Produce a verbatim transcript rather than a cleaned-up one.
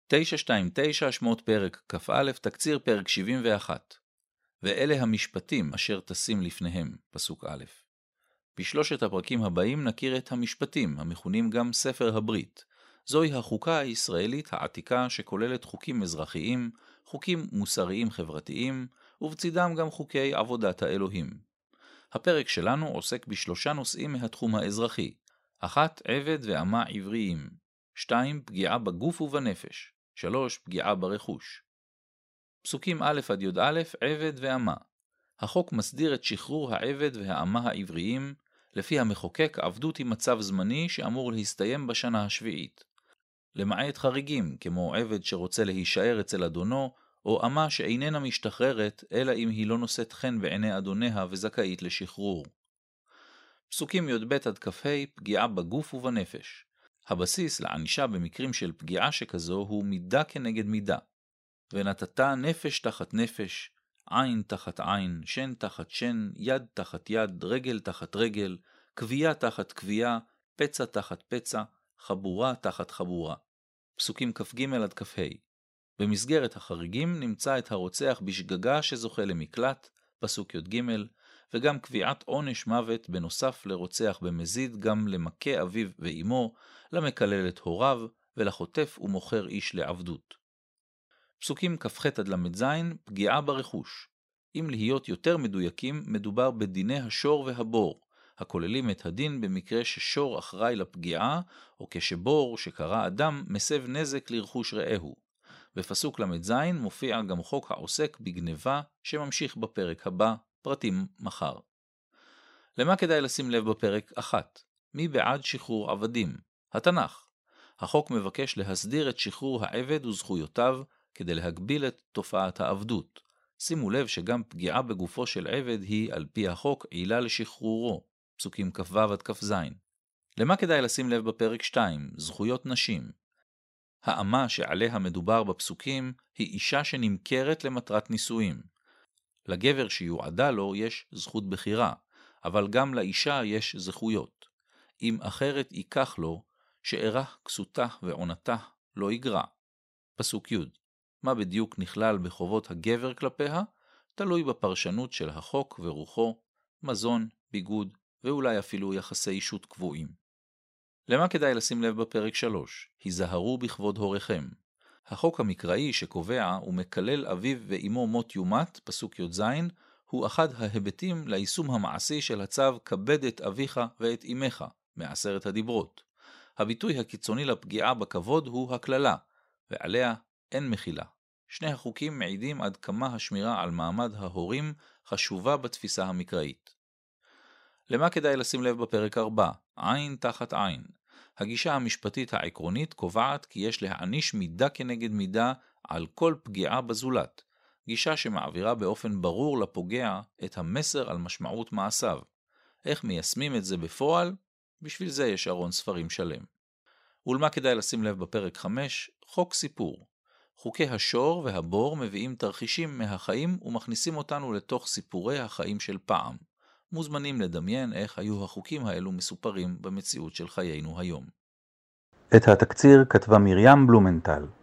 תשע עשרים ותשע שמות פרק כ"א, תקציר פרק שבעים ואחת. ואלה המשפטים אשר תשים לפניהם, פסוק א'. בשלושת הפרקים הבאים נכיר את המשפטים, המכונים גם ספר הברית. זוהי החוקה הישראלית העתיקה שכוללת חוקים אזרחיים, חוקים מוסריים חברתיים, ובצידם גם חוקי עבודת האלוהים. הפרק שלנו עוסק בשלושה נושאים מהתחום האזרחי. אחת, עבד ואמה עבריים. שתיים, פגיעה בגוף ובנפש. שלוש, פגיעה ברכוש. פסוקים א' עד י"א, עבד ואמה. החוק מסדיר את שחרור העבד והאמה העבריים, לפי המחוקק עבדות היא מצב זמני שאמור להסתיים בשנה השביעית. למעט חריגים, כמו עבד שרוצה להישאר אצל אדונו, או אמה שאיננה משתחררת, אלא אם היא לא נושאת חן בעיני אדוניה וזכאית לשחרור. פסוקים י"ב עד כ"ה, פגיעה בגוף ובנפש. הבסיס לענישה במקרים של פגיעה שכזו הוא מידה כנגד מידה. ונתת נפש תחת נפש, עין תחת עין, שן תחת שן, יד תחת יד, רגל תחת רגל, קביעה תחת קביעה, פצע תחת פצע, חבורה תחת חבורה. פסוקים כ"ג עד כ"ה. במסגרת החריגים נמצא את הרוצח בשגגה שזוכה למקלט, פסוק י"ג, וגם קביעת עונש מוות בנוסף לרוצח במזיד גם למכה אביו ואימו, למקלל את הוריו ולחוטף ומוכר איש לעבדות. פסוקים כ"ח עד ל"ז, פגיעה ברכוש. אם להיות יותר מדויקים, מדובר בדיני השור והבור, הכוללים את הדין במקרה ששור אחראי לפגיעה, או כשבור שקרא אדם מסב נזק לרכוש רעהו. בפסוק ל"ז מופיע גם חוק העוסק בגניבה שממשיך בפרק הבא, פרטים מחר. למה כדאי לשים לב בפרק אחת? מי בעד שחרור עבדים? התנ"ך. החוק מבקש להסדיר את שחרור העבד וזכויותיו כדי להגביל את תופעת העבדות. שימו לב שגם פגיעה בגופו של עבד היא על פי החוק עילה לשחרורו, פסוקים כ"ו עד כ"ז. למה כדאי לשים לב בפרק שתיים? זכויות נשים. האמה שעליה מדובר בפסוקים היא אישה שנמכרת למטרת נישואים. לגבר שיועדה לו יש זכות בחירה, אבל גם לאישה יש זכויות. אם אחרת ייקח לו, שאירה כסותה ועונתה לא יגרע. פסוק י'. מה בדיוק נכלל בחובות הגבר כלפיה? תלוי בפרשנות של החוק ורוחו, מזון, ביגוד, ואולי אפילו יחסי אישות קבועים. למה כדאי לשים לב בפרק שלוש? היזהרו בכבוד הוריכם. החוק המקראי שקובע ומקלל אביו ואמו מות יומת, פסוק י"ז, הוא אחד ההיבטים ליישום המעשי של הצו כבד את אביך ואת אמך, מעשרת הדיברות. הביטוי הקיצוני לפגיעה בכבוד הוא הכללה, ועליה אין מחילה. שני החוקים מעידים עד כמה השמירה על מעמד ההורים חשובה בתפיסה המקראית. למה כדאי לשים לב בפרק ארבע? עין תחת עין. הגישה המשפטית העקרונית קובעת כי יש להעניש מידה כנגד מידה על כל פגיעה בזולת, גישה שמעבירה באופן ברור לפוגע את המסר על משמעות מעשיו. איך מיישמים את זה בפועל? בשביל זה יש ארון ספרים שלם. ולמה כדאי לשים לב בפרק חמש? חוק סיפור. חוקי השור והבור מביאים תרחישים מהחיים ומכניסים אותנו לתוך סיפורי החיים של פעם. מוזמנים לדמיין איך היו החוקים האלו מסופרים במציאות של חיינו היום. את התקציר כתבה מרים בלומנטל.